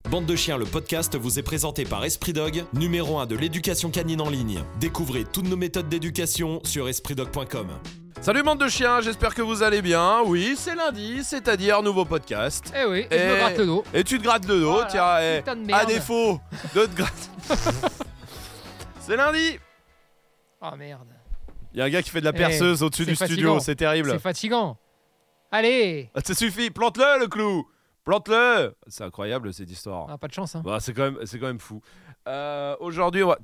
Bande de chiens, le podcast vous est présenté par Esprit Dog, numéro 1 de l'éducation canine en ligne. Découvrez toutes nos méthodes d'éducation sur espritdog.com. Salut bande de chiens, j'espère que vous allez bien. Oui, c'est lundi, c'est-à-dire nouveau podcast. Eh oui, et je me gratte le dos. Et tu te grattes le dos, Voilà, tiens, putain de merde. à défaut de te gratter. C'est lundi. Oh merde. Il y a un gars qui fait de la perceuse au-dessus c'est du studio, fatigant. c'est terrible. C'est fatigant. Allez. Ça suffit, plante-le le clou. Plante-le. C'est incroyable cette histoire. Ah, pas de chance, hein. Bah, c'est quand même fou. Aujourd'hui, on va...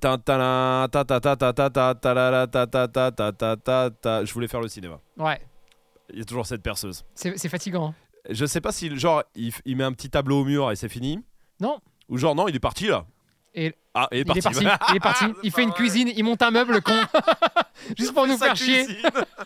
Je voulais faire le cinéma. Ouais. Il y a toujours cette perceuse. C'est fatigant. Hein. Je sais pas si genre il met un petit tableau au mur et c'est fini. Non. Ou genre non, il est parti là. Et Ah, il est il parti. est parti. Il est parti. Il fait une cuisine. Il monte un meuble, con. Juste pour nous Sa faire chier. cuisine.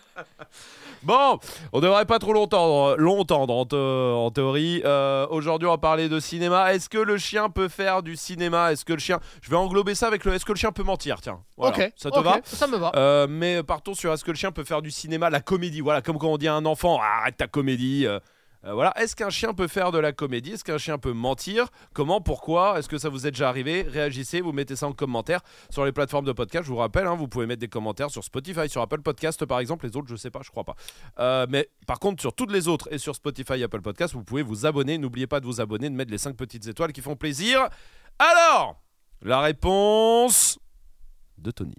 Bon, on devrait pas trop longtemps en théorie. Aujourd'hui, on va parler de cinéma. Est-ce que le chien peut faire du cinéma ? Est-ce que le chien... Je vais englober ça avec le... Est-ce que le chien peut mentir ? Tiens, voilà. Ok. Ça te va ? Ça me va. Mais partons sur est-ce que le chien peut faire du cinéma, la comédie. Voilà, comme quand on dit à un enfant, arrête ta comédie. Voilà. Est-ce qu'un chien peut faire de la comédie ? Est-ce qu'un chien peut mentir ? Comment ? Pourquoi ? Est-ce que ça vous est déjà arrivé ? Réagissez, vous mettez ça en commentaire sur les plateformes de podcast. Je vous rappelle, vous pouvez mettre des commentaires sur Spotify, sur Apple Podcast par exemple. Les autres, je sais pas, je crois pas. Mais par contre, sur toutes les autres et sur Spotify et Apple Podcast, vous pouvez vous abonner. N'oubliez pas de vous abonner, de mettre les 5 petites étoiles qui font plaisir. Alors, la réponse de Tony.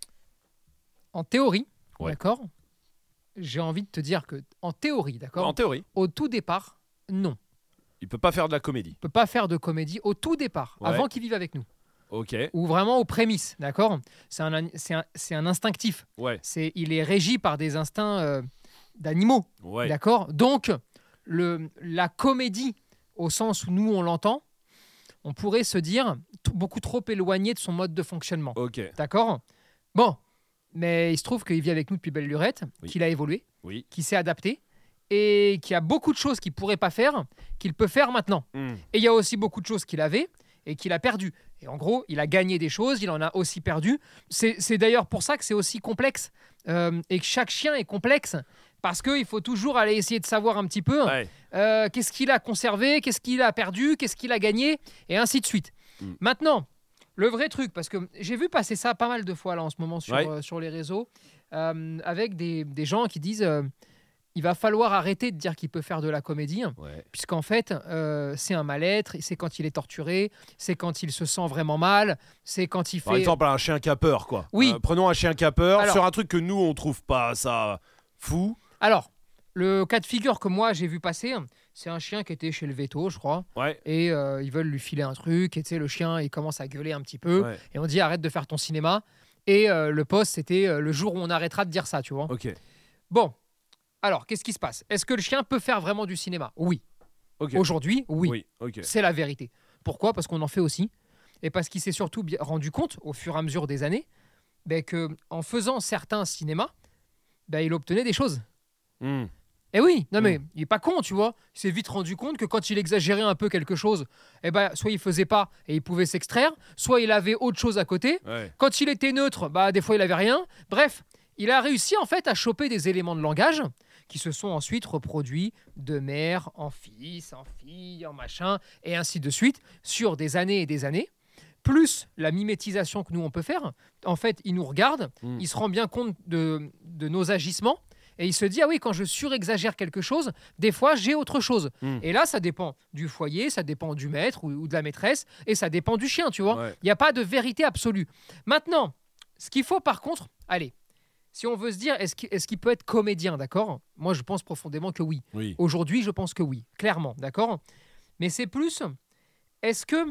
En théorie, Ouais. d'accord. J'ai envie de te dire que, en théorie, d'accord. En théorie, Au tout départ, non. il peut pas faire de la comédie. Il peut pas faire de comédie au tout départ, Ouais. avant qu'il vive avec nous. Ok, Ou vraiment aux prémices, d'accord. C'est un instinctif. ouais, Il est régi par des instincts d'animaux, ouais. d'accord. Donc, la comédie, au sens où nous on l'entend, on pourrait se dire beaucoup trop éloigné de son mode de fonctionnement, Ok, d'accord. Bon, mais il se trouve qu'il vit avec nous depuis belle lurette, Oui. qu'il a évolué, oui. qu'il s'est adapté et qu'il y a beaucoup de choses qu'il pourrait pas faire, qu'il peut faire maintenant. Et il y a aussi beaucoup de choses qu'il avait et qu'il a perdu. Et en gros, il a gagné des choses, il en a aussi perdu. C'est d'ailleurs pour ça que c'est aussi complexe et que chaque chien est complexe parce qu'il faut toujours aller essayer de savoir un petit peu Ouais. qu'est-ce qu'il a conservé, qu'est-ce qu'il a perdu, qu'est-ce qu'il a gagné et ainsi de suite. Maintenant, le vrai truc, parce que j'ai vu passer ça pas mal de fois là en ce moment sur les réseaux avec des gens qui disent il va falloir arrêter de dire qu'il peut faire de la comédie, Ouais. puisqu'en fait, c'est un mal-être, c'est quand il est torturé, c'est quand il se sent vraiment mal, c'est quand il fait... Par exemple, un chien qui a peur, quoi. Oui. Prenons un chien qui a peur Alors- sur un truc que nous, on trouve pas ça fou. Alors, le cas de figure que moi j'ai vu passer, c'est un chien qui était chez le veto, je crois, Ouais. et ils veulent lui filer un truc, et tu sais, le chien, il commence à gueuler un petit peu, Ouais. et on dit arrête de faire ton cinéma, et le post, c'était le jour où on arrêtera de dire ça, tu vois. Ok. Bon, alors, qu'est-ce qui se passe ? Est-ce que le chien peut faire vraiment du cinéma ? Oui. Ok. Aujourd'hui, oui. Oui. Ok. C'est la vérité. Pourquoi ? Parce qu'on en fait aussi. Et parce qu'il s'est surtout rendu compte, au fur et à mesure des années, qu'en faisant certains cinémas, il obtenait des choses. Hmm. Et oui, non mais il est pas con, tu vois. Il s'est vite rendu compte que quand il exagérait un peu quelque chose, soit il faisait pas et il pouvait s'extraire, soit il avait autre chose à côté. Ouais. Quand il était neutre, des fois il avait rien. Bref, il a réussi en fait à choper des éléments de langage qui se sont ensuite reproduits de mère en fils, en fille, en machin, et ainsi de suite, sur des années et des années. Plus la mimétisation que nous on peut faire. En fait, il nous regarde, il se rend bien compte de nos agissements. Et il se dit, ah oui, quand je surexagère quelque chose, des fois, j'ai autre chose. Et là, ça dépend du foyer, ça dépend du maître ou de la maîtresse, et ça dépend du chien, tu vois. Ouais. Il n'y a pas de vérité absolue. Maintenant, ce qu'il faut par contre, allez, si on veut se dire, est-ce qu'il peut être comédien, d'accord ? Moi, je pense profondément que oui. Oui. Aujourd'hui, je pense que oui, clairement, d'accord ? Mais c'est plus, est-ce que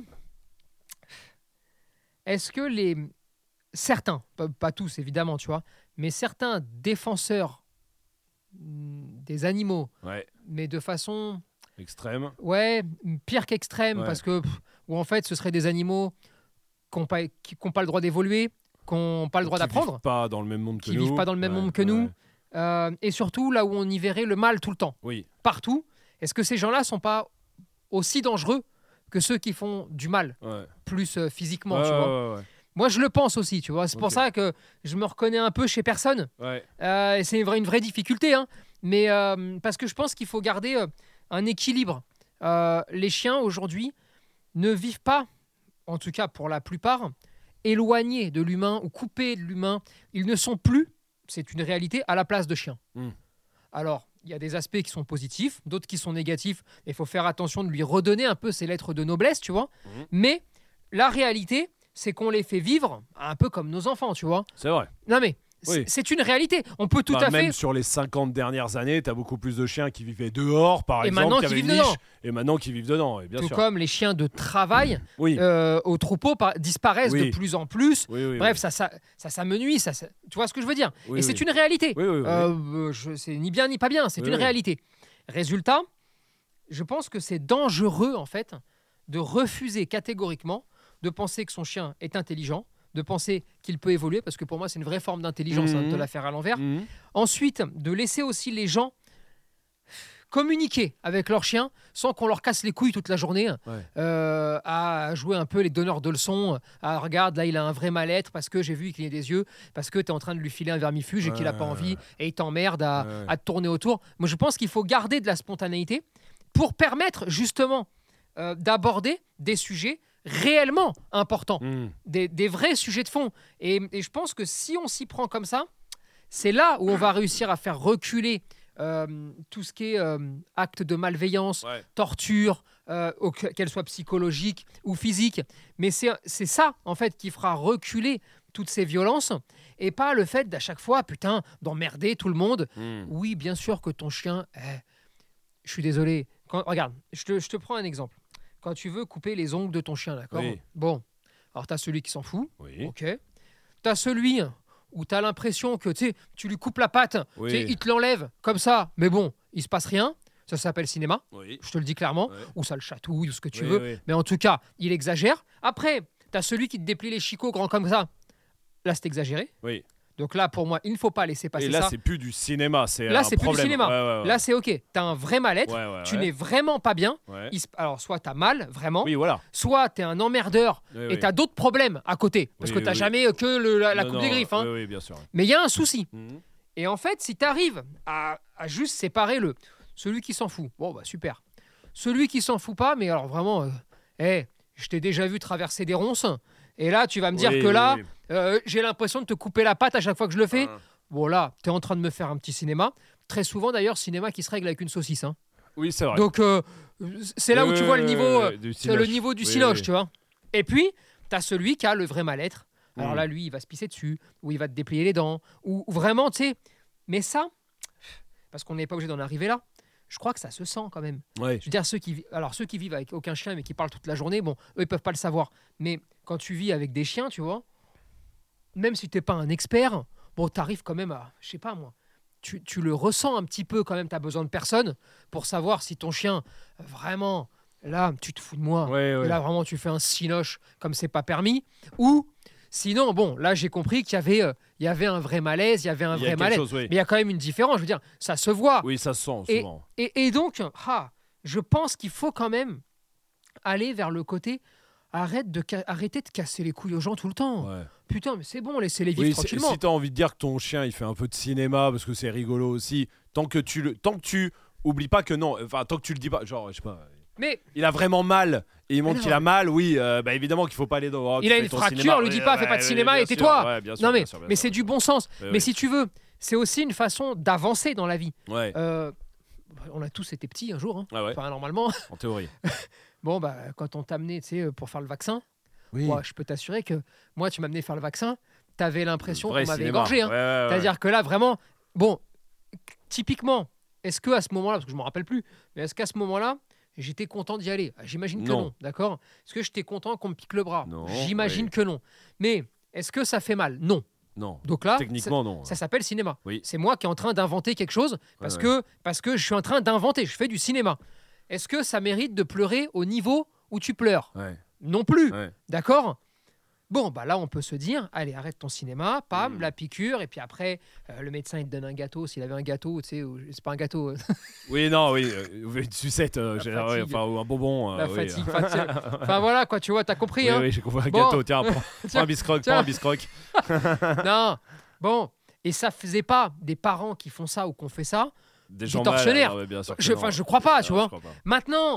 certains, pas tous évidemment, tu vois, mais certains défenseurs des animaux, Ouais. mais de façon, Extrême. ouais, pire qu'extrême, Ouais. parce que, où en fait, ce seraient des animaux qui n'ont pas le droit d'évoluer, qui n'ont pas le droit Qui d'apprendre, vivent pas dans le même monde que qui nous. vivent pas dans le même Ouais. monde que nous, Ouais. et surtout là où on y verrait le mal tout le temps, Oui. partout. Est-ce que ces gens-là sont pas aussi dangereux que ceux qui font du mal, Ouais. plus physiquement, Ouais, tu vois ? ouais. Moi, je le pense aussi, tu vois. C'est pour Ok. ça que je me reconnais un peu chez personne. Ouais. Et c'est une vraie difficulté, hein. Mais parce que je pense qu'il faut garder un équilibre. Les chiens, aujourd'hui, ne vivent pas, en tout cas pour la plupart, éloignés de l'humain ou coupés de l'humain. Ils ne sont plus, c'est une réalité, à la place de chiens. Alors, il y a des aspects qui sont positifs, d'autres qui sont négatifs. Il faut faire attention de lui redonner un peu ses lettres de noblesse, tu vois. Mais la réalité, c'est qu'on les fait vivre un peu comme nos enfants, tu vois. C'est vrai. Non mais, Oui. c'est une réalité. On peut tout à Même fait... sur les 50 dernières années, t'as beaucoup plus de chiens qui vivaient dehors, par Et exemple, maintenant qui qui avaient vivent une niche, dedans. et maintenant qui vivent dedans, et bien Tout sûr. comme les chiens de travail Oui. au troupeau disparaissent Oui. de plus en plus. Oui, Bref, ça m'ennuie. Tu vois ce que je veux dire. Oui, Et c'est une réalité. Oui. C'est ni bien ni pas bien. C'est Oui, une oui. réalité. Résultat, je pense que c'est dangereux, en fait, de refuser catégoriquement de penser que son chien est intelligent, de penser qu'il peut évoluer, parce que pour moi, c'est une vraie forme d'intelligence de te la faire à l'envers. Ensuite, de laisser aussi les gens communiquer avec leurs chiens sans qu'on leur casse les couilles toute la journée, à jouer un peu les donneurs de leçons, à regarde là il a un vrai mal-être parce que j'ai vu qu'il clignait des yeux, parce que tu es en train de lui filer un vermifuge et qu'il n'a pas envie et il t'emmerde à te tourner autour. Moi je pense qu'il faut garder de la spontanéité pour permettre justement d'aborder des sujets réellement importants, des vrais sujets de fond. Et je pense que si on s'y prend comme ça, c'est là où on va réussir à faire reculer tout ce qui est acte de malveillance, torture, qu'elle soit psychologique ou physique. Mais c'est ça, en fait, qui fera reculer toutes ces violences et pas le fait d'à chaque fois, putain, d'emmerder tout le monde. Oui, bien sûr que ton chien... je suis désolé. Regarde, je te prends un exemple. Quand tu veux couper les ongles de ton chien, d'accord ? Bon, alors tu as celui qui s'en fout. Ok. Tu as celui... où tu as l'impression que tu lui coupes la patte, il te l'enlève comme ça, mais bon, il se passe rien. Ça s'appelle cinéma, je te le dis clairement, ou ça le chatouille, ou ce que tu veux. Mais en tout cas, il exagère. Après, tu as celui qui te déplie les chicots grands comme ça. Là, c'est exagéré. Donc là, pour moi, il ne faut pas laisser passer ça. Et là, c'est plus du cinéma, c'est là, un c'est problème. plus du cinéma. Là, c'est OK. Tu as un vrai mal-être, tu n'es vraiment pas bien. Alors, soit tu as mal, vraiment, soit tu es un emmerdeur et tu as d'autres problèmes à côté. Parce que tu n'as jamais que la coupe des griffes. Oui, bien sûr. Mais il y a un souci. Et en fait, si tu arrives à juste séparer celui qui s'en fout, bon, bah super. Celui qui s'en fout pas, mais alors vraiment, je t'ai déjà vu traverser des ronces. Et là, tu vas me dire que là, j'ai l'impression de te couper la patte à chaque fois que je le fais. Bon, là, tu es en train de me faire un petit cinéma. Très souvent, d'ailleurs, cinéma qui se règle avec une saucisse. Oui, c'est vrai. Donc, c'est là où tu vois le niveau du cinoche, tu vois. Et puis, tu as celui qui a le vrai mal-être. Alors là, lui, il va se pisser dessus, ou il va te déplier les dents, ou vraiment, tu sais. Mais ça, parce qu'on n'est pas obligé d'en arriver là, je crois que ça se sent quand même. Je veux dire, ceux qui vivent avec aucun chien mais qui parlent toute la journée, bon, eux, ils peuvent pas le savoir. Mais quand tu vis avec des chiens, tu vois, même si t'es pas un expert, bon, t'arrives quand même à, je sais pas moi, tu le ressens un petit peu quand même, t'as besoin de personne pour savoir si ton chien, vraiment, là, tu te fous de moi, et là, vraiment, tu fais un cinoche comme c'est pas permis, ou... Sinon, bon, là, j'ai compris qu'il y avait un vrai malaise, il y avait un vrai mal-être. Mais il y a quand même une différence, je veux dire, ça se voit. Oui, ça se sent souvent. Et donc, je pense qu'il faut quand même aller vers le côté arrêtez de casser les couilles aux gens tout le temps. Putain, mais c'est bon, laissez-les vivre tranquillement. Si tu as envie de dire que ton chien, il fait un peu de cinéma parce que c'est rigolo aussi, tant que tu oublies pas que non, enfin, tant que tu le dis pas, genre, je sais pas... Mais il a vraiment mal et il montre qu'il a mal, bah évidemment qu'il faut pas aller dans. Il a une fracture, lui dis pas, fais pas de cinéma et tais-toi. Non mais c'est du bon sens. Mais si tu veux, c'est aussi une façon d'avancer dans la vie. On a tous été petits un jour, enfin normalement. En théorie. Bon bah quand on t'a amené, tu sais, pour faire le vaccin, moi je peux t'assurer que moi tu m'as amené faire le vaccin, t'avais l'impression qu'on m'avait égorgé. C'est-à-dire que là vraiment, bon, typiquement, est-ce que à ce moment-là, parce que je me rappelle plus, mais est-ce qu'à ce moment-là j'étais content d'y aller? J'imagine que non, d'accord? Est-ce que j'étais content qu'on me pique le bras? J'imagine que non. Mais est-ce que ça fait mal? Non. Donc là, techniquement, non. Ça s'appelle cinéma. C'est moi qui est en train d'inventer quelque chose parce que je suis en train d'inventer, je fais du cinéma. Est-ce que ça mérite de pleurer au niveau où tu pleures? Non plus, d'accord? Bon, bah là, on peut se dire, allez, arrête ton cinéma, pam, la piqûre, et puis après, le médecin, il te donne un gâteau, s'il avait un gâteau, tu sais, c'est pas un gâteau. Une sucette, ou un bonbon. La fatigue. Enfin voilà, quoi, tu vois, t'as compris. Oui, j'ai compris un gâteau, tiens, prends un biscroc. Non, bon, et ça faisait pas des parents qui font ça ou qu'on fait ça, des gens tortionnaires. bien sûr Je crois pas, tu vois. Maintenant,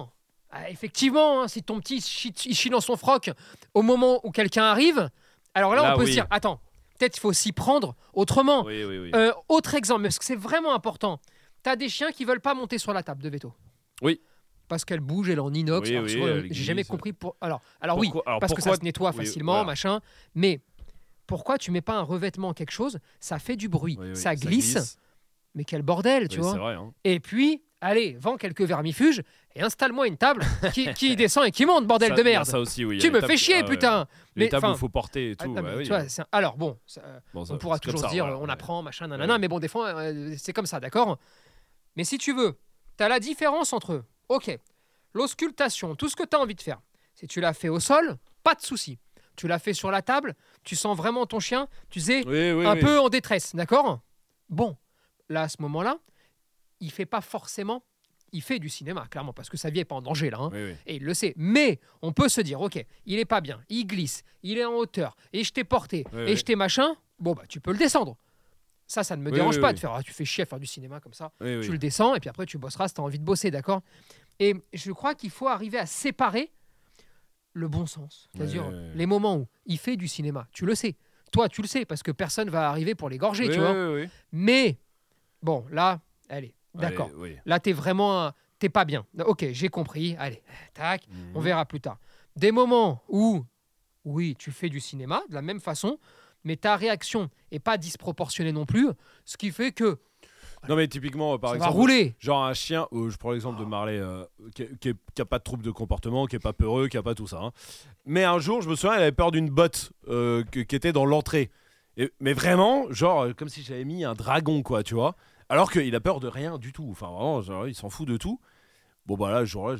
Effectivement, hein, si ton petit il chie dans son froc au moment où quelqu'un arrive, alors là, Là, on peut oui. se dire, attends, peut-être il faut s'y prendre autrement. Oui, oui, oui. Autre exemple, parce que c'est vraiment important. T'as des chiens qui veulent pas monter sur la table de veto. Oui. Parce qu'elle bouge, elle est en inox. Oui, Alors, oui, souvent, elle j'ai jamais glisse. compris pour. Alors oui, Pourquoi- alors parce que pourquoi- ça se nettoie oui, facilement, voilà. machin. Mais pourquoi tu mets pas un revêtement, quelque chose? Ça fait du bruit, Oui, oui, ça glisse. Mais quel bordel, tu Oui, vois. c'est vrai. Hein. Et puis, allez, vends quelques vermifuges et installe-moi une table qui descend et qui monte, bordel Ça- de il y a merde. Ça aussi, oui. il y a Tu les me tables fais qui- chier, ouais. putain. Les Mais, tables où il enfin, faut porter et tout. mais oui, tu vois, alors bon, Bon, ça, on pourra c'est comme toujours ça, dire voilà, on ouais. apprend, machin, nanana, Ouais. mais bon, des fois, c'est comme ça, d'accord? Mais si tu veux, tu as la différence entre, ok, l'auscultation, tout ce que tu as envie de faire. Si tu l'as fait au sol, pas de souci. Tu l'as fait sur la table, tu sens vraiment ton chien, tu sais, Oui, oui, un oui. peu en détresse, d'accord? Bon, là, à ce moment-là, il fait pas forcément, il fait du cinéma, clairement, parce que sa vie est pas en danger, là, hein. Oui, oui. Et il le sait. Mais on peut se dire, ok, il est pas bien, il glisse, il est en hauteur, et je t'ai porté, Oui, et oui. je t'ai machin, bon, bah, tu peux le descendre. Ça ne me Oui, dérange oui, pas oui. de faire, tu fais chier à faire du cinéma comme ça. Oui, oui. Tu le descends, et puis après, tu bosseras si tu as envie de bosser, d'accord? Et je crois qu'il faut arriver à séparer le bon sens. C'est-à-dire Oui, oui, oui. les moments où il fait du cinéma, tu le sais. Toi, tu le sais, parce que personne va arriver pour l'égorger, Oui, tu oui, vois. oui, oui. Mais, bon, là, allez, d'accord. Allez, oui. Là, t'es vraiment... T'es pas bien. Ok, j'ai compris. Allez, tac, Mhm. on verra plus tard. Des moments où, oui, tu fais du cinéma de la même façon, mais ta réaction est pas disproportionnée non plus, ce qui fait que Non, mais typiquement, par ça exemple. va rouler. Genre un chien, je prends l'exemple de Marley, qui a pas de trouble de comportement, qui est pas peureux, qui a pas tout ça. Hein. Mais un jour, je me souviens, elle avait peur d'une botte qui était dans l'entrée. Mais vraiment, genre, comme si j'avais mis un dragon, quoi, tu vois. Alors qu'il a peur de rien du tout. Enfin, vraiment, genre, il s'en fout de tout. Bon, bah là, ce jour-là,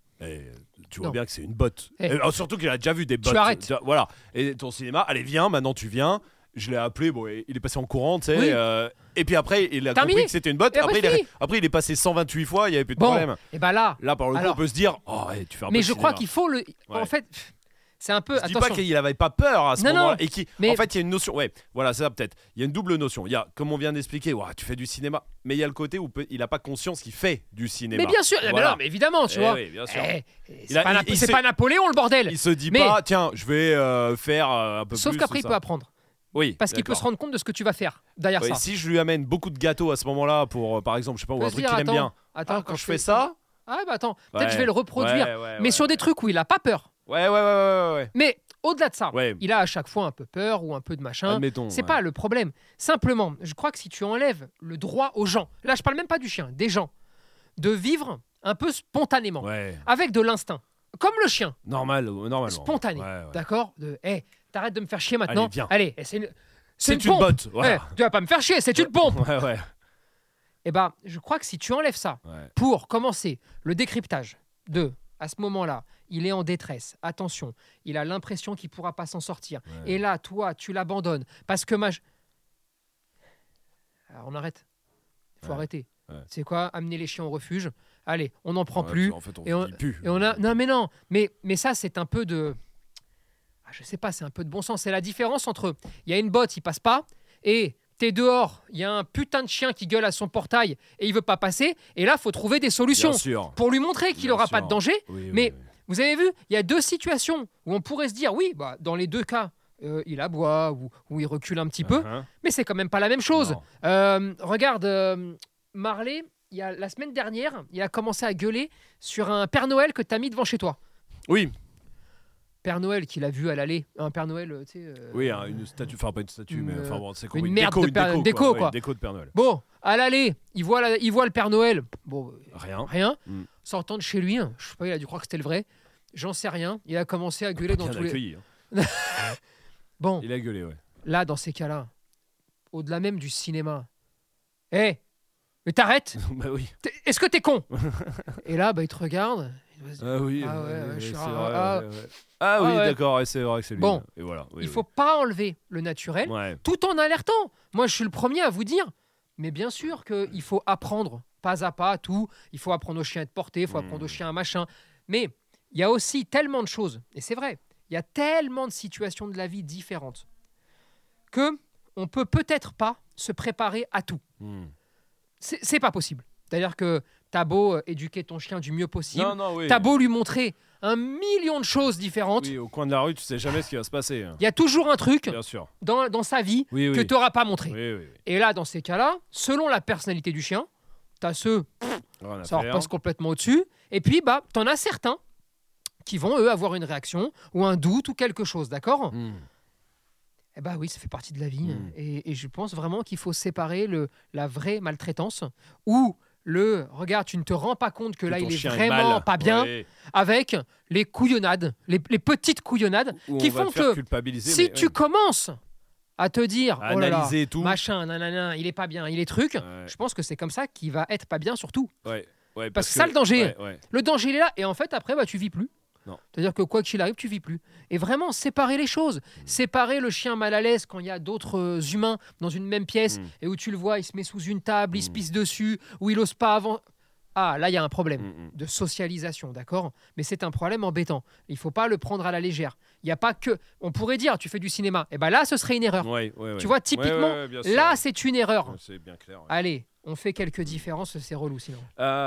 tu vois Non. bien que c'est une botte. Eh. Et, surtout qu'il a déjà vu des bottes. arrêtes. Voilà. Et ton cinéma, allez, viens, maintenant tu viens. Je l'ai appelé, bon, et il est passé en courant, tu sais. Oui. Et puis après, il a Terminé. compris que c'était une botte. Et après, fini. Après, il est passé 128 fois, il n'y avait plus de Bon, problème. et ben là, Là, par le coup, Alors- on peut se dire, oh, ouais, tu fais un peu mais de je crois cinéma. qu'il faut le... En Ouais. fait, c'est un peu... Je dis pas Attention. qu'il n'avait pas peur à ce Non, moment-là. non, Et qui, mais- en fait, il y a une notion. Ouais, voilà, c'est ça peut-être. Il y a une double notion. Il y a, comme on vient d'expliquer, ouah, tu fais du cinéma. Mais il y a le côté où il n'a pas conscience qu'il fait du cinéma. Mais bien sûr, mais Voilà. non, mais évidemment, tu Eh vois. oui, bien sûr. C'est pas, il c'est sait- pas Napoléon, le bordel. Il se dit Mais- pas, tiens, je vais faire un peu Sauf plus. qu'après, tout il ça. peut apprendre. Oui, Parce qu'il peut d'accord. se rendre compte de ce que tu vas faire derrière Ouais, ça. si je lui amène beaucoup de gâteaux à ce moment-là, pour par exemple, je sais pas, Il ou peut un se truc dire, qu'il aime bien. Attends, Quand je fais ça, Ah, bah attends, peut-être ouais, je vais le reproduire. ouais, mais sur des trucs où il a pas peur. Ouais. Mais au-delà de ça, Ouais. il a à chaque fois un peu peur ou un peu de machin. Admettons. C'est ouais. pas le problème. Simplement, je crois que si tu enlèves le droit aux gens, là je parle même pas du chien, des gens, de vivre un peu spontanément, Ouais. avec de l'instinct, comme le chien, Normalement. spontané, Ouais. d'accord? T'arrêtes de me faire chier maintenant. Allez, viens. Allez, c'est une une pompe. botte. Voilà. Tu vas pas me faire chier, c'est une pompe. Ouais. Eh ben, je crois que si tu enlèves ça, Ouais. pour commencer le décryptage de, à ce moment-là, il est en détresse, attention, il a l'impression qu'il pourra pas s'en sortir. Ouais. Et là, toi, tu l'abandonnes parce que Alors, on arrête. Il faut Ouais. arrêter. Ouais. C'est quoi? Amener les chiens au refuge. Allez, on n'en prend Ouais, plus. En fait, Et on- il pue. Et on a... Non, mais non. Mais ça, c'est un peu de... Ah, je sais pas, c'est un peu de bon sens. C'est la différence entre... Il y a une botte, il passe pas. Et t'es dehors, il y a un putain de chien qui gueule à son portail et il veut pas passer. Et là, faut trouver des solutions Bien sûr. pour lui montrer qu'il Bien n'aura sûr. pas de danger. Oui, Mais- oui. Vous avez vu, il y a deux situations où on pourrait se dire, oui, bah, dans les deux cas, il aboie ou il recule un petit peu. Uh-huh. Mais c'est quand même pas la même chose. Non. Regarde, Marley, la semaine dernière, il a commencé à gueuler sur un Père Noël que tu as mis devant chez toi. Oui, Père Noël qu'il a vu à l'allée. Un Père Noël, tu sais. oui, hein, une statue, enfin pas une statue, mais une, enfin bon, c'est quoi, une une merde déco, de Père- une déco, ouais, quoi. une déco de Père Noël. Bon, à l'allée, il voit le Père Noël. Bon, Rien. rien. Mm. Sortant de chez lui, je sais pas, il a dû croire que c'était le vrai. J'en sais rien. Il a commencé à gueuler dans Bien tous les. accueilli. Hein. Bon, Il a gueulé, ouais. là, dans ces cas-là, au-delà même du cinéma, hé, mais t'arrêtes. Bah oui. Est-ce que t'es con? Et là, bah, il te regarde. Il doit se dire, Ah oui. Ah ouais, je suis c'est rare. vrai, Ah. ouais, ouais. Ah oui, Ah ouais. d'accord, et c'est vrai que c'est lui. Bon. Et voilà. Oui, il oui. faut pas enlever le naturel, Ouais. tout en alertant. Moi, je suis le premier à vous dire, mais bien sûr qu'il faut apprendre pas à pas tout. Il faut apprendre au chien à être porté, il faut apprendre au chien à machin. Mais il y a aussi tellement de choses, et c'est vrai, il y a tellement de situations de la vie différentes que on peut peut-être pas se préparer à tout. Hmm. C'est pas possible. C'est-à-dire que T'as beau éduquer ton chien du mieux possible, Non, oui. t'as beau lui montrer un million de choses différentes, Oui, au coin de la rue, tu sais jamais ce qui va se passer. il y a toujours un truc Bien sûr. dans sa vie Oui, que oui. t'auras pas montré. Oui. Et là, dans ces cas-là, selon la personnalité du chien, t'as ceux, Rien à ça leur faire. passe complètement au-dessus, et puis t'en as certains qui vont, eux, avoir une réaction ou un doute ou quelque chose, d'accord ? Eh bah oui, ça fait partie de la vie. Et je pense vraiment qu'il faut séparer la vraie maltraitance ou regarde, tu ne te rends pas compte que là, ton il est chien vraiment mal. pas bien, Ouais. avec les couillonnades, les petites couillonnades Où qui on va font te faire que culpabiliser, si mais, tu commences à te dire, à oh là là, analyser et tout. machin, nanana, il est pas bien, il est truc, Ouais. je pense que c'est comme ça qu'il va être pas bien surtout. Ouais, Parce que ça, le danger. Ouais. Le danger, il est là, et en fait, après, tu vis plus. Non. C'est-à-dire que quoi qu'il arrive, tu vis plus. Et vraiment, séparer les choses. Séparer le chien mal à l'aise quand il y a d'autres humains dans une même pièce et où tu le vois, il se met sous une table, il se pisse dessus, ou il ose pas avant. Ah, là, il y a un problème de socialisation, d'accord ? Mais c'est un problème embêtant. Il faut pas le prendre à la légère. Il n'y a pas que... On pourrait dire, tu fais du cinéma. Et bien là, ce serait une erreur. Ouais. Tu vois, typiquement, bien sûr. là, c'est une erreur. Ouais, c'est bien clair. Ouais. Allez, on fait quelques différences, c'est relou sinon.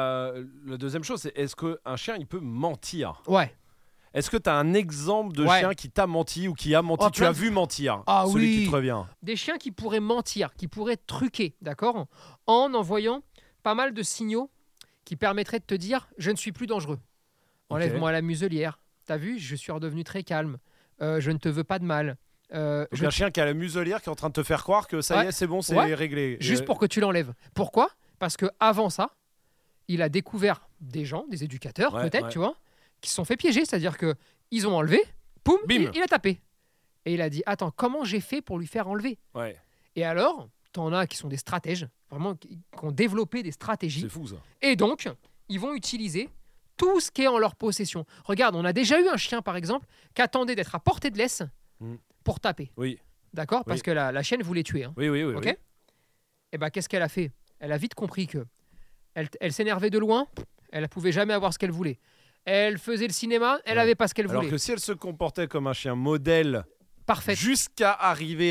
La deuxième chose, c'est est-ce qu'un chien, il peut mentir ? Ouais. Est-ce que tu as un exemple de Ouais. chien qui t'a menti ou qui a menti ? Oh, Tu plein as de- vu mentir Ah celui oui. qui te revient. Des chiens qui pourraient mentir, qui pourraient truquer, d'accord ? En envoyant pas mal de signaux qui permettraient de te dire « je ne suis plus dangereux ». Enlève-moi la muselière. T'as vu, je suis redevenu très calme. Je ne te veux pas de mal. Donc un chien qui a la muselière qui est en train de te faire croire que ça y Ouais. est, c'est bon, c'est Ouais. réglé. Juste pour que tu l'enlèves. Pourquoi ? Parce que avant ça, il a découvert des gens, des éducateurs Ouais, peut-être, ouais. tu vois, qui se sont fait piéger. C'est-à-dire que ils ont enlevé, poum, Bim. il a tapé. Et il a dit « attends, comment j'ai fait pour lui faire enlever ?» Ouais, Et alors, t'en as qui sont des stratèges, vraiment, qui ont développé des stratégies. c'est fou ça. Et donc, ils vont utiliser tout ce qui est en leur possession. Regarde, on a déjà eu un chien, par exemple, qui attendait d'être à portée de laisse pour taper. Oui, D'accord ? Parce Oui. que la chienne voulait tuer. Hein. oui. Ok ? Oui. Et bien, qu'est-ce qu'elle a fait ? Elle a vite compris que elle s'énervait de loin, elle ne pouvait jamais avoir ce qu'elle voulait. Elle faisait le cinéma, elle Ouais. n'avait pas ce qu'elle Alors voulait. que si elle se comportait comme un chien modèle Parfait. jusqu'à arriver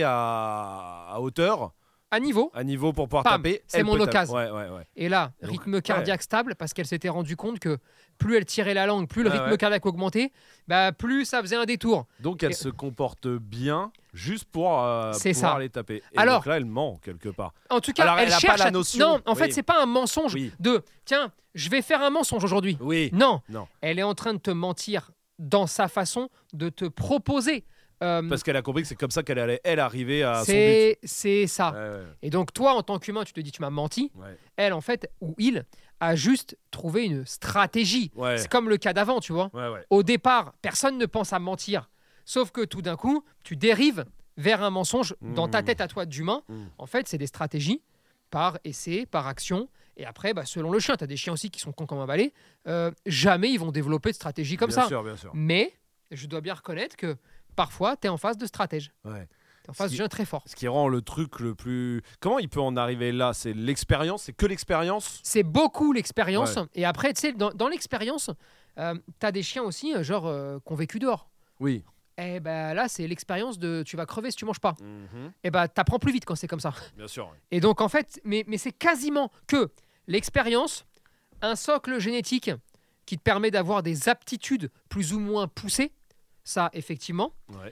à hauteur, À niveau. à niveau pour pouvoir Pam, taper, c'est elle mon peut taper. occasion. Ouais. Et là, Donc, rythme cardiaque stable, parce qu'elle s'était rendue compte que plus elle tirait la langue, plus le Ouais, rythme ouais. cardiaque augmentait, bah, plus ça faisait un détour. Donc elle Et- se comporte bien juste pour C'est pouvoir ça. les taper. Et Alors- donc là, elle ment quelque part. En tout cas, Alors, elle a pas cherche la à... notion. Non, en fait, Oui. c'est pas un mensonge Oui. de « tiens, je vais faire un mensonge aujourd'hui Oui. ». Non, Non. elle est en train de te mentir dans sa façon de te proposer. Parce qu'elle a compris que c'est comme ça qu'elle allait, elle, arriver à son but. C'est ça. Ouais. Et donc, toi, en tant qu'humain, tu te dis « tu m'as menti Ouais. ». Elle, en fait, ou il, a juste trouvé une stratégie. Ouais. C'est comme le cas d'avant, tu vois. Ouais. Au départ, personne ne pense à mentir. Sauf que tout d'un coup, tu dérives vers un mensonge dans ta tête à toi d'humain. En fait, c'est des stratégies par essai, par action. Et après, selon le chien, tu as des chiens aussi qui sont cons comme un balai. Jamais ils vont développer de stratégie comme Bien ça. sûr, bien sûr. Mais je dois bien reconnaître que parfois, tu es en face de stratèges. Ouais. Tu es en face de chiens très forts. Ce qui rend le truc le plus. Comment il peut en arriver là ? C'est l'expérience, c'est que l'expérience. C'est beaucoup l'expérience. Ouais. Et après, tu sais, dans l'expérience, tu as des chiens aussi, qui ont vécu dehors. Oui. Et ben là, c'est l'expérience de tu vas crever si tu manges pas. Mhm. Et ben t'apprends plus vite quand c'est comme ça. Bien sûr. Et donc en fait, mais c'est quasiment que l'expérience, un socle génétique qui te permet d'avoir des aptitudes plus ou moins poussées, ça effectivement. Ouais.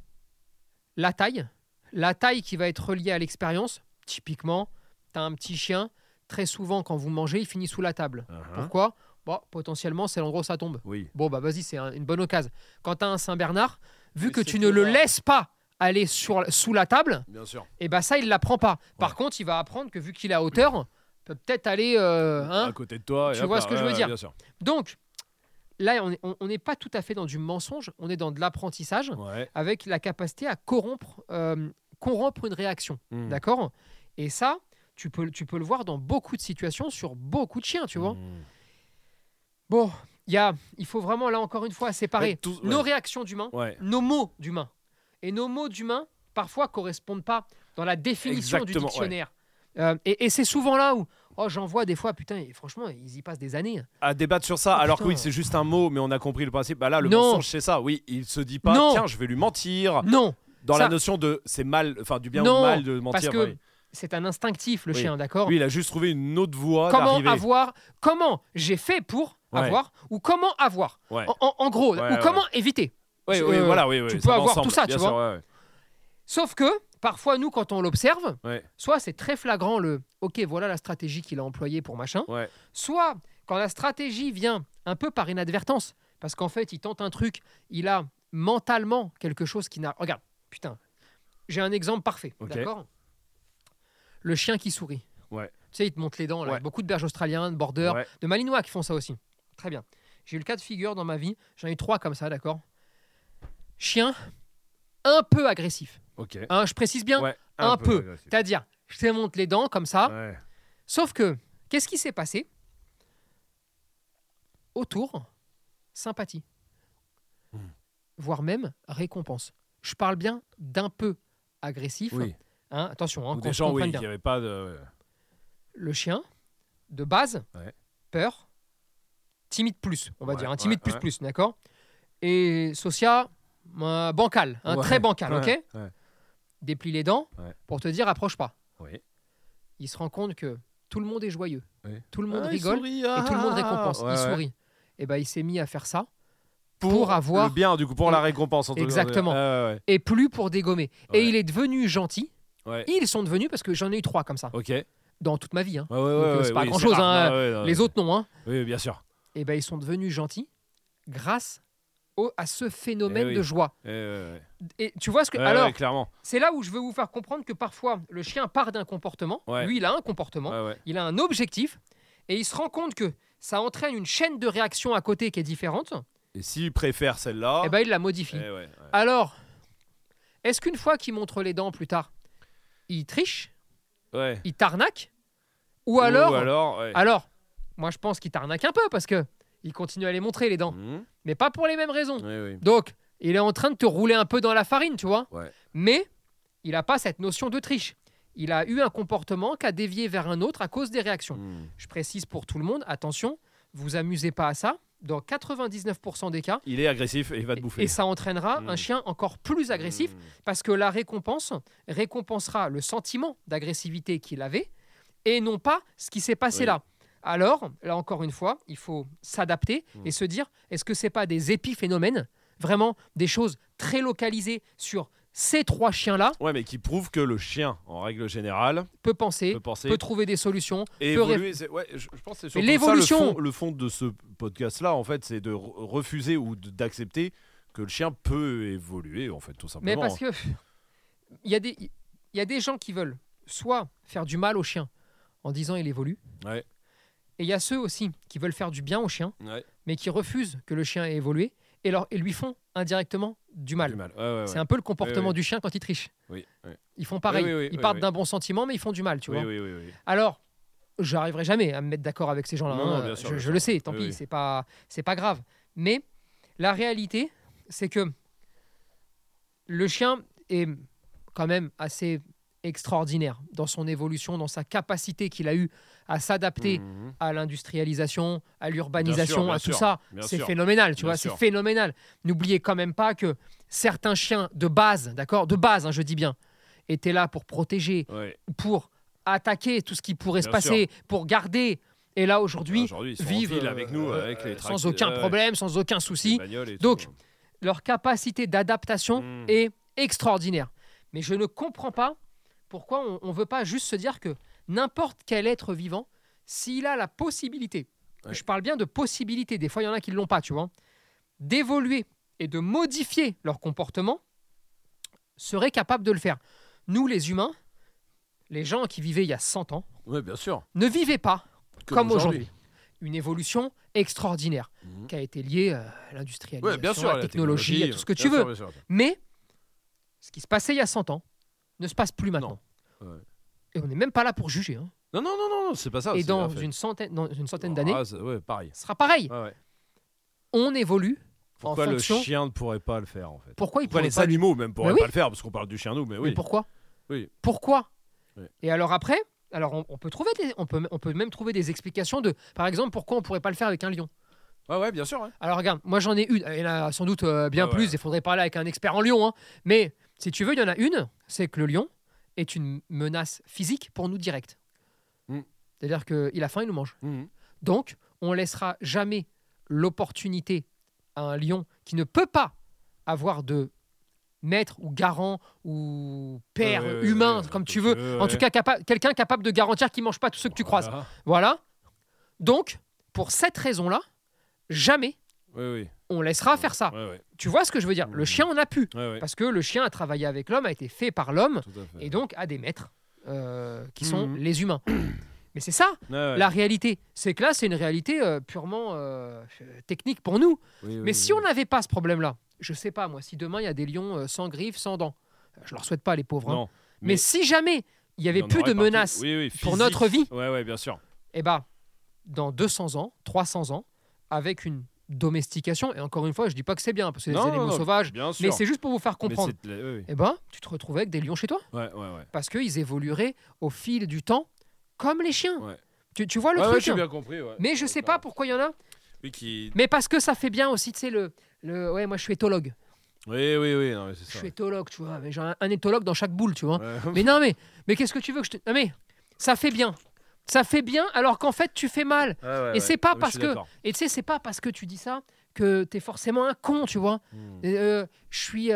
La taille qui va être reliée à l'expérience, typiquement, tu as un petit chien, très souvent quand vous mangez, il finit sous la table. Pourquoi ? Bon, potentiellement, c'est l'endroit où ça tombe. Oui. Bon, bah vas-y, c'est une bonne occasion. Quand tu as un Saint-Bernard, vu Oui, que c'est tu ne que le là. laisses pas aller sous la table, Bien sûr. et bah ça, il l'apprend pas. Par Ouais. contre, il va apprendre que vu qu'il est à hauteur, peut-être aller... À côté de toi. Tu et hop vois là, ce que je veux dire. Bien sûr. Donc, là, on n'est pas tout à fait dans du mensonge, on est dans de l'apprentissage Ouais. avec la capacité à corrompre une réaction. Mhm. D'accord ? Et ça, tu peux le voir dans beaucoup de situations sur beaucoup de chiens, tu vois. Mhm. Bon, il faut vraiment, là, encore une fois, séparer Ouais, tout- nos ouais. réactions d'humains, Ouais. nos mots d'humains. Et nos mots d'humains, parfois, correspondent pas dans la définition Exactement, du dictionnaire. Et c'est souvent là où, j'en vois des fois, putain, et franchement, ils y passent des années. À débattre sur ça, Oh, alors que putain. oui, c'est juste un mot, mais on a compris le principe. Bah là, le Non. mensonge, c'est ça. Oui, il se dit pas, Non. tiens, je vais lui mentir. Non, Dans ça- la notion de c'est mal, enfin du bien Non, ou mal de mentir. parce que c'est un instinctif, le Oui. chien, d'accord? Lui, il a juste trouvé une autre voie Comment d'arriver. avoir, comment j'ai fait pour Ouais. avoir, ou comment avoir, Ouais. en gros, Ouais, ou ouais. comment éviter. Oui, oui, voilà, oui, oui, tu ça peux va avoir ensemble, tout ça, bien tu sûr, vois. ouais, Sauf que, parfois, nous, quand on l'observe, ouais. soit c'est très flagrant le « ok, voilà la stratégie qu'il a employée pour machin Ouais. », soit quand la stratégie vient un peu par inadvertance, parce qu'en fait, il tente un truc, il a mentalement quelque chose qui n'a... Regarde, putain, j'ai un exemple parfait, Ok. d'accord? Le chien qui sourit. Ouais. Tu sais, il te monte les dents, là. Ouais. Beaucoup de berges australiens, de border, Ouais. de malinois qui font ça aussi. Très bien. J'ai eu le cas de figure dans ma vie, j'en ai eu 3 comme ça, d'accord? Chien un peu agressif. Ok. Hein, je précise bien, Ouais, un peu. agressif. C'est-à-dire, je te monte les dents comme ça. Ouais. Sauf que, qu'est-ce qui s'est passé? Autour, sympathie. Voire même récompense. Je parle bien d'un peu agressif. Oui. Hein, attention, hein, Ou qu'on des se gens, comprenne oui, bien. qui n'avaient pas de. Le chien, de base, Ouais. peur, timide plus, on va Ouais, dire. Un timide ouais, plus plus, d'accord? Et Socia, bancal, Ouais. très bancal, Ouais, ok? ouais. Déplie les dents Ouais. pour te dire approche pas. Oui. Il se rend compte que tout le monde est joyeux, Oui. tout le monde Ah, il rigole sourit, et tout le monde récompense. ouais, Il ouais. sourit. Et ben il s'est mis à faire ça pour avoir le bien, du coup, pour Et- la récompense. entre- Exactement. Ouais, et plus pour dégommer. Ouais. Et il est devenu gentil. ouais, ouais. Ils sont devenus, parce que j'en ai eu 3 comme ça, Ok. Ouais, dans toute ma vie. Hein. ouais, ouais. Donc, c'est pas oui, grand-chose, rare. hein. Non, ouais, non, Les ouais. autres non. Hein. Oui, bien sûr. Et ben ils sont devenus gentils grâce à ce phénomène Eh oui. de joie. Ouais, Et tu vois ce que... ouais, Alors, ouais, clairement. c'est là où je veux vous faire comprendre que parfois, le chien part d'un comportement. Ouais. Lui, il a un comportement. Ouais, ouais. Il a un objectif. Et il se rend compte que ça entraîne une chaîne de réactions à côté qui est différente. Et s'il préfère celle-là. Et ben il la modifie. eh ouais. Alors, est-ce qu'une fois qu'il montre les dents plus tard, il triche, Ouais. il t'arnaque, ou alors, ouais. alors, moi je pense qu'il t'arnaque un peu parce que il continue à les montrer les dents, Mhm. mais pas pour les mêmes raisons. Oui, oui. Donc, il est en train de te rouler un peu dans la farine, tu vois. Ouais. Mais il n'a pas cette notion de triche. Il a eu un comportement qui a dévié vers un autre à cause des réactions. Mhm. Je précise pour tout le monde, attention, vous amusez pas à ça. Dans 99% des cas, Il est agressif et il va te bouffer. et ça entraînera un Mm. chien encore plus agressif Mhm. parce que la récompense récompensera le sentiment d'agressivité qu'il avait et non pas ce qui s'est passé Oui. là. Alors, là encore une fois, il faut s'adapter Mm. et se dire, est-ce que c'est pas des épiphénomènes, vraiment des choses très localisées sur ces 3 chiens-là, Ouais, mais qui prouve que le chien, en règle générale, peut penser, peut penser peut trouver des solutions, et peut évoluer. Ouais, je pense que c'est surtout l'évolution- ça le fond de ce podcast-là, en fait, c'est de refuser ou d'accepter que le chien peut évoluer, en fait, tout simplement. Mais parce que il y a des gens qui veulent soit faire du mal au chien en disant il évolue, Ouais. et il y a ceux aussi qui veulent faire du bien au chien, Ouais. mais qui refusent que le chien ait évolué et lui font indirectement du mal. Du mal. Ouais, ouais, ouais. C'est un peu le comportement Oui, oui. du chien quand il triche. Oui, oui. Ils font pareil. Oui, oui, oui, Ils oui, partent oui. d'un bon sentiment, mais ils font du mal, tu Oui, vois. oui, oui, oui. Alors, j'arriverai jamais à me mettre d'accord avec ces gens-là. Non, hein. non, bien sûr, je bien je sûr. le sais, tant Oui, pis, oui. c'est pas grave. Mais la réalité, c'est que le chien est quand même assez extraordinaire dans son évolution, dans sa capacité qu'il a eue à s'adapter Mhm. à l'industrialisation, à l'urbanisation, bien à tout sûr, ça. bien C'est sûr. phénoménal, tu Bien vois, sûr. c'est phénoménal. N'oubliez quand même pas que certains chiens de base, d'accord, de base, hein, je dis bien, étaient là pour protéger, Ouais. pour attaquer tout ce qui pourrait se Bien passer, pour garder. Et là, aujourd'hui, Aujourd'hui, ils sont en vivent ville avec nous, avec les sans tracteurs, aucun ouais, problème, sans aucun les souci. bagnoles et Donc, tout. Leur capacité d'adaptation Mm. est extraordinaire. Mais je ne comprends pas pourquoi on ne veut pas juste se dire que n'importe quel être vivant, s'il a la possibilité, Ouais. je parle bien de possibilité, des fois il y en a qui ne l'ont pas, tu vois, d'évoluer et de modifier leur comportement, serait capable de le faire. Nous, les humains, les gens qui vivaient il y a 100 ans, Ouais, bien sûr. ne vivaient pas comme aujourd'hui. aujourd'hui. Une évolution extraordinaire Mhm. qui a été liée à l'industrialisation, Ouais, bien sûr, à la technologie, à tout ce que tu bien veux. sûr, bien sûr. Mais ce qui se passait il y a 100 ans ne se passe plus maintenant. Ouais. Et on n'est même pas là pour juger. Hein. Non, non, non, non, c'est pas ça. Et c'est dans en fait. une centaine d'années, Ah, ouais, pareil. ce sera pareil. Ouais, ouais. On évolue Pourquoi en le fonction... chien ne pourrait pas le faire, en fait? Pourquoi il Pourquoi pourrait les pas... animaux même pourraient oui. pas le faire? Parce qu'on parle du chien nous, mais oui. Mais pourquoi Oui. Pourquoi Oui. Et alors après, on peut trouver on peut même trouver des explications de, par exemple, pourquoi on pourrait pas le faire avec un lion. Ouais, ouais, bien sûr. Ouais. Alors regarde, moi j'en ai une, il y en a sans doute bien Ouais, plus, ouais. il faudrait parler avec un expert en lion, hein. Mais si tu veux, il y en a une, c'est que le lion est une menace physique pour nous directe. Mm. C'est-à-dire qu'il a faim, il nous mange. Mhm. Donc, on laissera jamais l'opportunité à un lion qui ne peut pas avoir de maître ou garant ou père humain, comme tu veux. En tout cas, quelqu'un capable de garantir qu'il ne mange pas tous ceux que tu croises. Voilà. Donc, pour cette raison-là, jamais on laissera faire ça. Tu vois ce que je veux dire? Le chien en a pu. Parce que le chien a travaillé avec l'homme, a été fait par l'homme, et donc a des maîtres qui sont les humains. Mais c'est ça, la réalité. C'est que là, c'est une réalité purement technique pour nous. Mais si on n'avait pas ce problème-là, je sais pas, moi, si demain, il y a des lions sans griffes, sans dents, je leur souhaite pas, les pauvres. Non, hein. Mais si jamais il y avait plus de menaces pour notre vie, bien sûr. eh ben, dans 200 ans, 300 ans, avec une domestication, et encore une fois, je dis pas que c'est bien, parce que c'est des animaux sauvages, mais c'est juste pour vous faire comprendre. Eh ben, tu te retrouvais avec des lions chez toi. Parce qu'ils évolueraient au fil du temps, comme les chiens. Tu vois le truc, j'ai bien compris. Mais je sais pas pourquoi il y en a. Qui... Mais parce que ça fait bien aussi, tu sais, ouais, moi je suis éthologue. Oui, non, mais c'est ça. Je suis éthologue, tu vois. Mais j'ai un éthologue dans chaque boule, tu vois. Mais non, mais qu'est-ce que tu veux que je te... Non, mais ça fait bien. Ça fait bien alors qu'en fait tu fais mal. Et c'est pas parce que... Et tu sais, c'est pas parce que tu dis ça que t'es forcément un con, tu vois. Je suis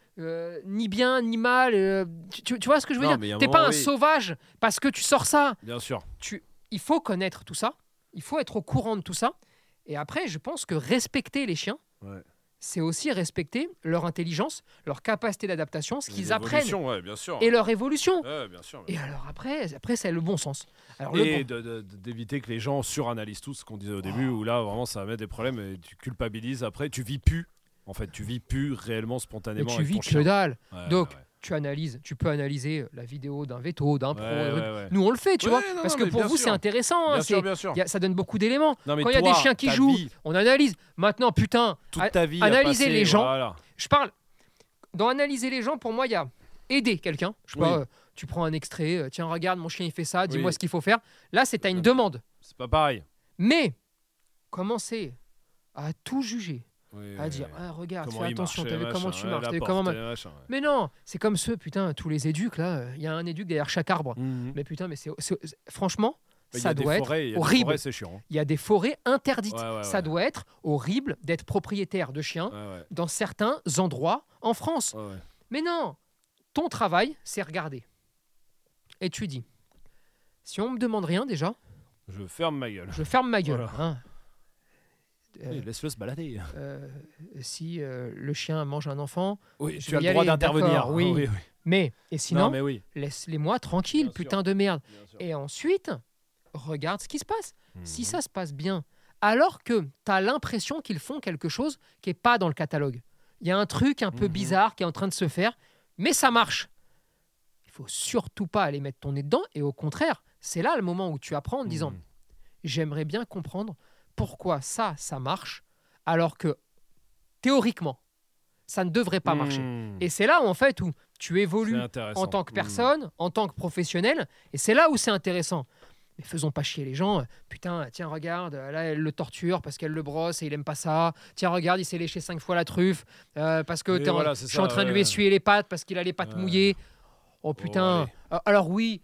ni bien ni mal. Tu vois ce que je veux dire? T'es pas un sauvage parce que tu sors ça. Bien sûr. Il faut connaître tout ça. Il faut être au courant de tout ça. Et après, je pense que respecter les chiens, c'est aussi respecter leur intelligence, leur capacité d'adaptation, ce qu'ils apprennent, bien sûr. et leur évolution. Bien sûr. Et alors après c'est le bon sens. Alors, et d'éviter que les gens suranalysent tout ce qu'on disait au début, où là, vraiment, ça va mettre des problèmes et tu culpabilises. Après, tu vis plus. En fait, tu vis plus réellement spontanément. Mais tu vis que dalle. Donc, tu peux analyser la vidéo d'un veto, d'un pro. Nous, on le fait, tu vois, parce que pour vous, c'est intéressant. Bien sûr. Ça donne beaucoup d'éléments. Quand il y a toi, des chiens qui jouent, on analyse. Maintenant, putain, toute ta vie analyser les gens. Voilà. Je parle. Dans analyser les gens, pour moi, il y a aider quelqu'un. Je sais pas, tu prends un extrait, tiens, regarde, mon chien, il fait ça, dis-moi ce qu'il faut faire. Là, c'est une demande. C'est pas pareil. Mais commencer à tout juger. À dire, regarde, fais attention, t'as vu comment tu marches, t'as vu comment... Mais non, c'est comme ceux, putain, tous les éducs, là, il y a un éduc derrière chaque arbre. Mais putain, mais franchement, ça doit être horrible. Il y a des forêts interdites. Ça doit être horrible d'être propriétaire de chiens dans certains endroits en France. Mais non, ton travail, c'est regarder. Et tu dis, si on me demande rien déjà... Je ferme ma gueule. Voilà. Hein. Laisse-le se balader. Si le chien mange un enfant, tu as le droit d'intervenir. Oui. Mais sinon, laisse-les-moi tranquilles, putain de merde. Et ensuite, regarde ce qui se passe. Si ça se passe bien, alors que tu as l'impression qu'ils font quelque chose qui n'est pas dans le catalogue. Il y a un truc un peu bizarre qui est en train de se faire, mais ça marche. Il faut surtout pas aller mettre ton nez dedans. Et au contraire, c'est là le moment où tu apprends en disant j'aimerais bien comprendre pourquoi ça marche, alors que théoriquement, ça ne devrait pas marcher. Et c'est là où, en fait, où tu évolues en tant que personne, en tant que professionnel, et c'est là où c'est intéressant. Mais faisons pas chier les gens. Putain, tiens, regarde, là, elle le torture parce qu'elle le brosse et il aime pas ça. Tiens, regarde, il s'est léché 5 fois la truffe parce que je suis en train de lui essuyer les pattes parce qu'il a les pattes mouillées. Oh putain. Alors oui...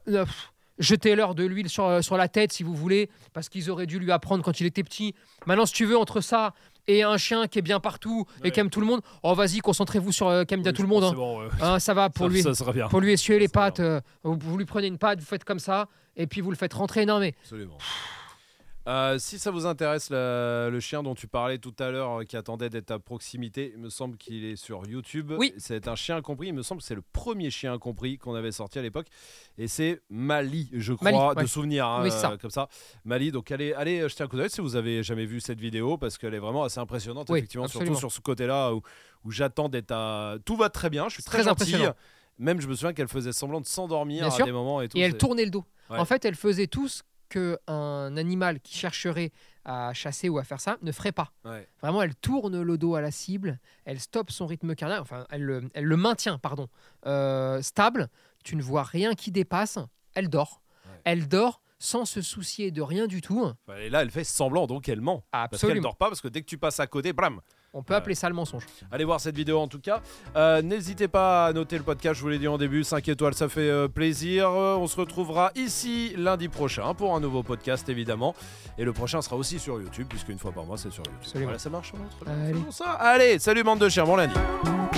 jetez-leur de l'huile sur la tête si vous voulez, parce qu'ils auraient dû lui apprendre quand il était petit. Maintenant, si tu veux, entre ça et un chien qui est bien partout et qui aime tout le monde, vas-y, concentrez-vous sur qui aime bien tout le monde. Hein. Bon, ça va pour lui. Ça sera bien. Pour lui essuyer les pattes, vous lui prenez une patte, vous faites comme ça, et puis vous le faites rentrer. Non mais. Absolument. Si ça vous intéresse, le chien dont tu parlais tout à l'heure, qui attendait d'être à proximité, il me semble qu'il est sur YouTube. Oui. C'est un chien incompris. Il me semble que c'est le premier chien incompris qu'on avait sorti à l'époque. Et c'est Mali, je crois, de souvenir. Hein, comme ça. Mali, donc allez jeter un coup d'œil si vous avez jamais vu cette vidéo, parce qu'elle est vraiment assez impressionnante, effectivement, absolument. Surtout sur ce côté-là où j'attends d'être à... Tout va très bien, je suis très gentil. Même je me souviens qu'elle faisait semblant de s'endormir à des moments. Et elle tournait le dos. En fait, elle faisait tout ce qu'un animal qui chercherait à chasser ou à faire ça ne ferait pas. Vraiment, elle tourne le dos à la cible, elle stoppe son rythme cardiaque, enfin, elle le maintient, stable. Tu ne vois rien qui dépasse, elle dort. Elle dort sans se soucier de rien du tout. Et là, elle fait semblant, donc elle ment. Absolument. Parce qu'elle dort pas, parce que dès que tu passes à côté, blam. On peut appeler ça le mensonge. Allez voir cette vidéo en tout cas. N'hésitez pas à noter le podcast, je vous l'ai dit en début, 5 étoiles, ça fait plaisir. On se retrouvera ici lundi prochain pour un nouveau podcast évidemment. Et le prochain sera aussi sur YouTube, puisqu'une fois par mois c'est sur YouTube. Absolument. Voilà, ça marche. Allez. Allez, salut bande de chiens, bon lundi.